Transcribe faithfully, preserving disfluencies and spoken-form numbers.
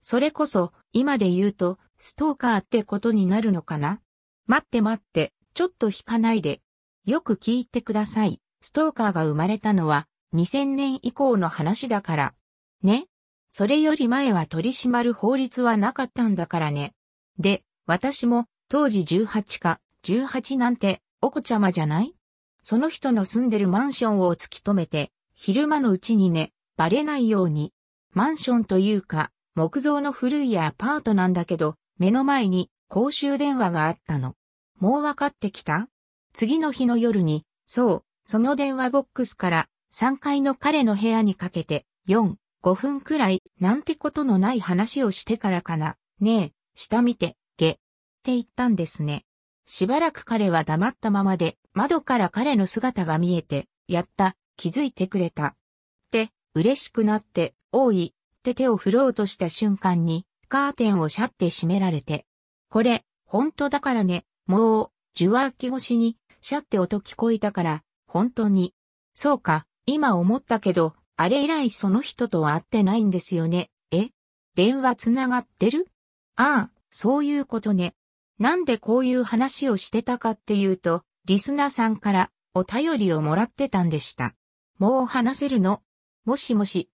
それこそ、今で言うと、ストーカーってことになるのかな？待って待って、ちょっと引かないで。よく聞いてください。ストーカーが生まれたのは、にせんねん以降の話だから。ね？それより前は取り締まる法律はなかったんだからね。で、私も、当時じゅうはちか、じゅうはちなんて、お子ちゃまじゃない？その人の住んでるマンションを突き止めて、昼間のうちにね、バレないように。マンションというか、木造の古いアパートなんだけど、目の前に公衆電話があったの。もう分かってきた？次の日の夜に、そう、その電話ボックスからさんがいの彼の部屋にかけて、よん、ごふんくらいなんてことのない話をしてからかな。ねえ、下見て、げ。って言ったんですね。しばらく彼は黙ったままで、窓から彼の姿が見えて、やった、気づいてくれた。って、嬉しくなって、おい、って手を振ろうとした瞬間に、カーテンをシャッて閉められて。これ、本当だからね、もう、受話器越しに、シャッて音聞こえたから、本当に。そうか、今思ったけど、あれ以来その人とは会ってないんですよね。え？電話つながってる？ああ、そういうことね。なんでこういう話をしてたかっていうと、リスナーさんからお便りをもらってたんでした。もう話せるの？もしもし。